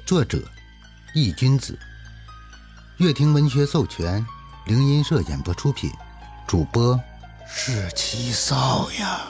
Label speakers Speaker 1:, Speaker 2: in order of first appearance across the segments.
Speaker 1: 作者易君子，乐亭文学授权，灵音社演播出品，主播是七少呀。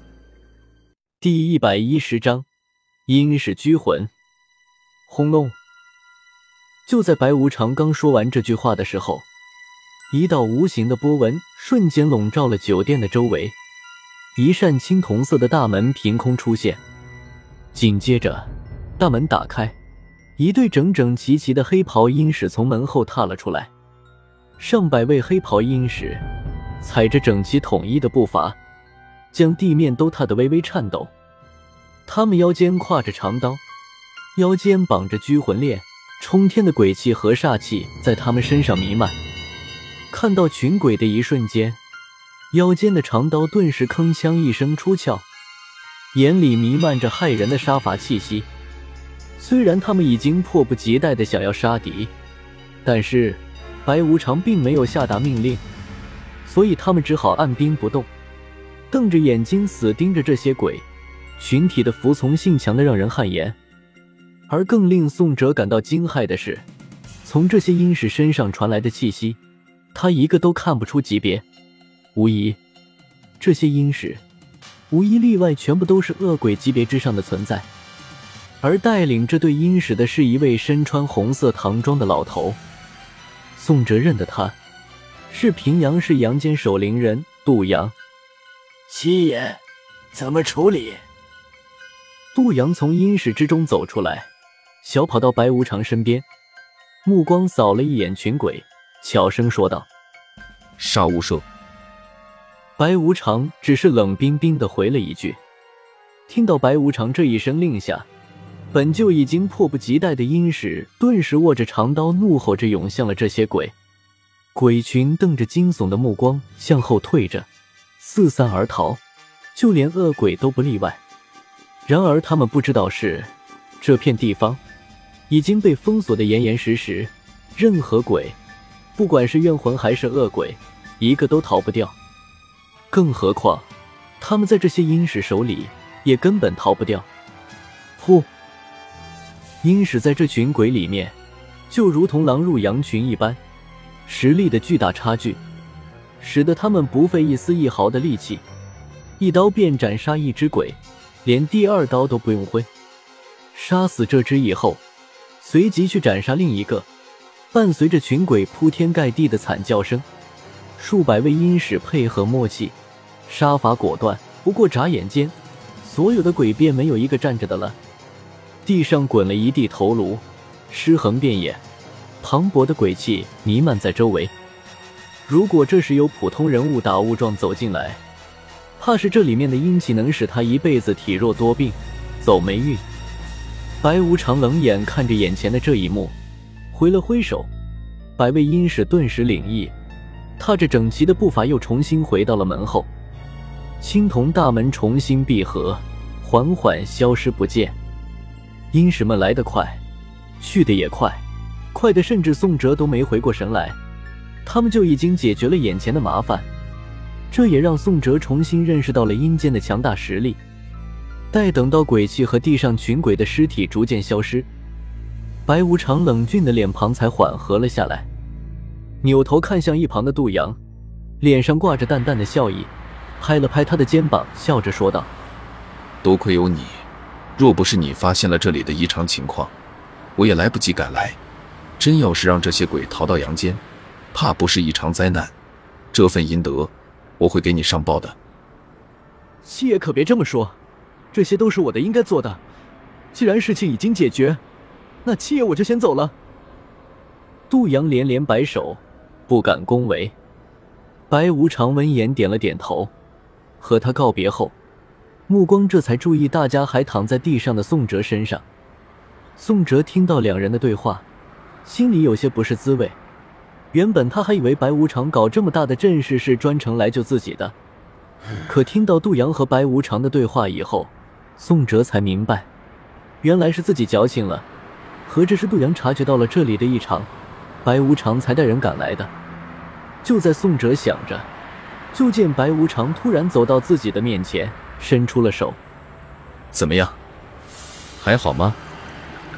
Speaker 2: 第110章，阴使拘魂。轰隆！就在白无常刚说完这句话的时候，一道无形的波纹瞬间笼罩了酒店的周围，一扇青铜色的大门凭空出现，紧接着大门打开，一队整整齐齐的黑袍阴使从门后踏了出来。上百位黑袍阴使踩着整齐统一的步伐，将地面都踏得微微颤抖。他们腰间挎着长刀，腰间绑着拘魂链，冲天的鬼气和煞气在他们身上弥漫。看到群鬼的一瞬间，腰间的长刀顿时铿锵一声出鞘，眼里弥漫着骇人的杀伐气息。虽然他们已经迫不及待地想要杀敌，但是白无常并没有下达命令，所以他们只好按兵不动，瞪着眼睛死盯着这些鬼，群体的服从性强得让人汗颜。而更令宋哲感到惊骇的是，从这些阴使身上传来的气息，他一个都看不出级别。无疑，这些阴使无一例外全部都是恶鬼级别之上的存在。而带领这队阴使的是一位身穿红色唐装的老头，宋哲认得他，是平阳市阳间守灵人杜阳。
Speaker 3: 七爷，怎么处理？
Speaker 2: 杜阳从阴使之中走出来，小跑到白无常身边，目光扫了一眼群鬼，悄声说道：
Speaker 4: 杀无赦。
Speaker 2: 白无常只是冷冰冰地回了一句。听到白无常这一声令下，本就已经迫不及待的阴使顿时握着长刀，怒吼着涌向了这些鬼。鬼群瞪着惊悚的目光向后退着，四散而逃，就连恶鬼都不例外。然而他们不知道是，这片地方已经被封锁得严严实实，任何鬼，不管是怨魂还是恶鬼，一个都逃不掉。更何况他们在这些阴使手里也根本逃不掉。呼！阴使在这群鬼里面就如同狼入羊群一般，实力的巨大差距使得他们不费一丝一毫的力气，一刀便斩杀一只鬼，连第二刀都不用挥。杀死这只以后，随即去斩杀另一个，伴随着群鬼铺天盖地的惨叫声，数百位阴使配合默契，杀伐果断。不过眨眼间，所有的鬼便没有一个站着的了，地上滚了一地头颅，尸横遍野，磅礴的鬼气弥漫在周围。如果这时有普通人误打误撞走进来，怕是这里面的阴气能使他一辈子体弱多病，走霉运。白无常冷眼看着眼前的这一幕，挥了挥手，百位阴使顿时领意，踏着整齐的步伐又重新回到了门后。青铜大门重新闭合，缓缓消失不见。阴使们来得快，去得也快，快得甚至宋哲都没回过神来，他们就已经解决了眼前的麻烦。这也让宋哲重新认识到了阴间的强大实力。待等到鬼气和地上群鬼的尸体逐渐消失，白无常冷峻的脸庞才缓和了下来，扭头看向一旁的杜阳，脸上挂着淡淡的笑意，拍了拍他的肩膀，笑着说道：
Speaker 4: 多亏有你，若不是你发现了这里的异常情况，我也来不及赶来。真要是让这些鬼逃到阳间，怕不是一场灾难。这份阴德我会给你上报的。
Speaker 2: 七爷可别这么说，这些都是我的应该做的，既然事情已经解决，那七爷我就先走了。杜阳连连摆手，不敢恭维。白无常闻言点了点头，和他告别后，目光这才注意大家还躺在地上的宋哲身上。宋哲听到两人的对话，心里有些不是滋味。原本他还以为白无常搞这么大的阵势是专程来救自己的，可听到杜阳和白无常的对话以后，宋哲才明白，原来是自己矫情了。合着是杜阳察觉到了这里的异常，白无常才带人赶来的。就在宋哲想着，就见白无常突然走到自己的面前，伸出了手。
Speaker 4: 怎么样，还好吗？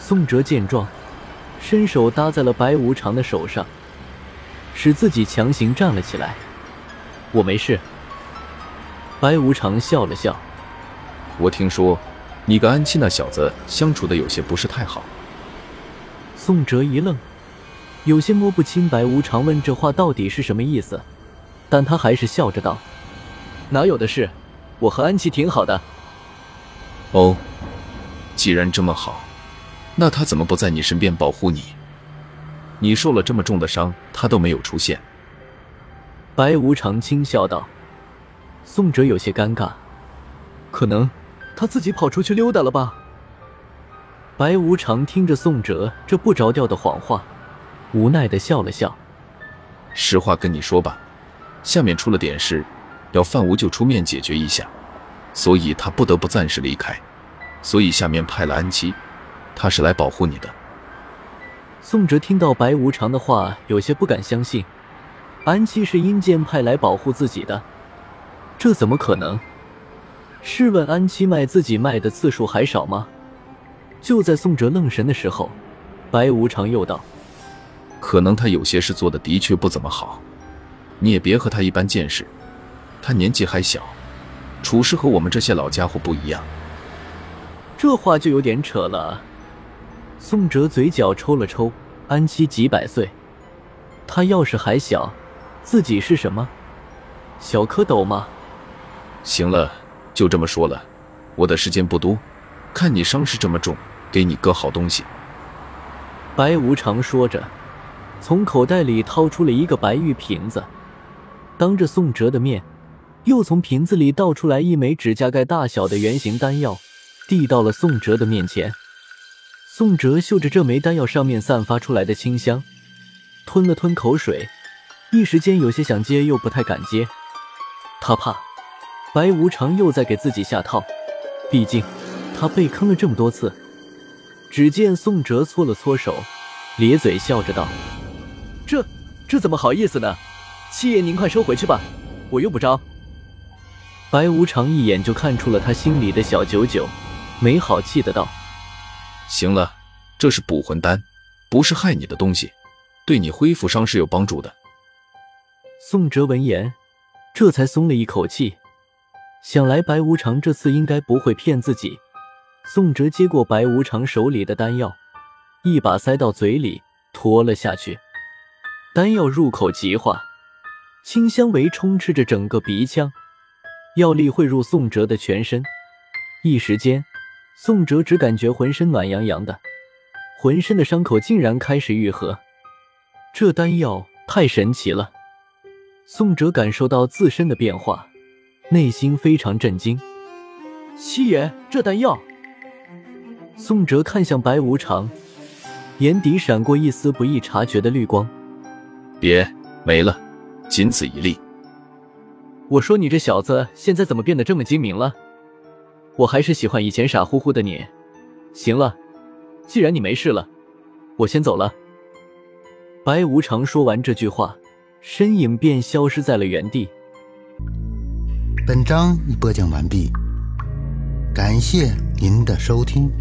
Speaker 2: 宋哲见状，伸手搭在了白无常的手上，使自己强行站了起来。我没事。白无常笑了笑。
Speaker 4: 我听说你跟安七那小子相处的有些不是太好。
Speaker 2: 宋哲一愣，有些摸不清白无常问这话到底是什么意思，但他还是笑着道：哪有的事，我和安琪挺好的。
Speaker 4: 哦，既然这么好，那他怎么不在你身边保护你？你受了这么重的伤，他都没有出现。
Speaker 2: 白无常轻笑道。宋哲有些尴尬，可能他自己跑出去溜达了吧。白无常听着宋哲这不着调的谎话，无奈地笑了笑。
Speaker 4: 实话跟你说吧，下面出了点事，要范无就出面解决一下，所以他不得不暂时离开，所以下面派了安七，他是来保护你的。
Speaker 2: 宋哲听到白无常的话，有些不敢相信，安七是阴间派来保护自己的，这怎么可能？试问安七卖自己卖的次数还少吗？就在宋哲愣神的时候，白无常又道：
Speaker 4: 可能他有些事做的的确不怎么好，你也别和他一般见识，他年纪还小，处事和我们这些老家伙不一样。
Speaker 2: 这话就有点扯了。宋哲嘴角抽了抽，安七几百岁，他要是还小，自己是什么？小蝌蚪吗？
Speaker 4: 行了，就这么说了，我的时间不多，看你伤势这么重，给你个好东西。
Speaker 2: 白无常说着，从口袋里掏出了一个白玉瓶子，当着宋哲的面，又从瓶子里倒出来一枚指甲盖大小的圆形丹药，递到了宋哲的面前。宋哲嗅着这枚丹药上面散发出来的清香，吞了吞口水，一时间有些想接又不太敢接。他怕白无常又在给自己下套，毕竟他被坑了这么多次。只见宋哲搓了搓手，咧嘴笑着道：这怎么好意思呢？七爷您快收回去吧，我用不着。白无常一眼就看出了他心里的小九九，没好气的道：
Speaker 4: 行了，这是补魂丹，不是害你的东西，对你恢复伤势有帮助的。
Speaker 2: 宋哲闻言这才松了一口气，想来白无常这次应该不会骗自己。宋哲接过白无常手里的丹药，一把塞到嘴里吞了下去。丹药入口即化，清香味充斥着整个鼻腔，药力汇入宋哲的全身，一时间宋哲只感觉浑身暖洋洋的，浑身的伤口竟然开始愈合。这丹药太神奇了。宋哲感受到自身的变化，内心非常震惊。七爷，这丹药……宋哲看向白无常，眼底闪过一丝不易察觉的绿光。
Speaker 4: 别，没了，仅此一粒。
Speaker 2: 我说你这小子现在怎么变得这么精明了？我还是喜欢以前傻乎乎的你。行了，既然你没事了，我先走了。白无常说完这句话，身影便消失在了原地。
Speaker 1: 本章已播讲完毕，感谢您的收听。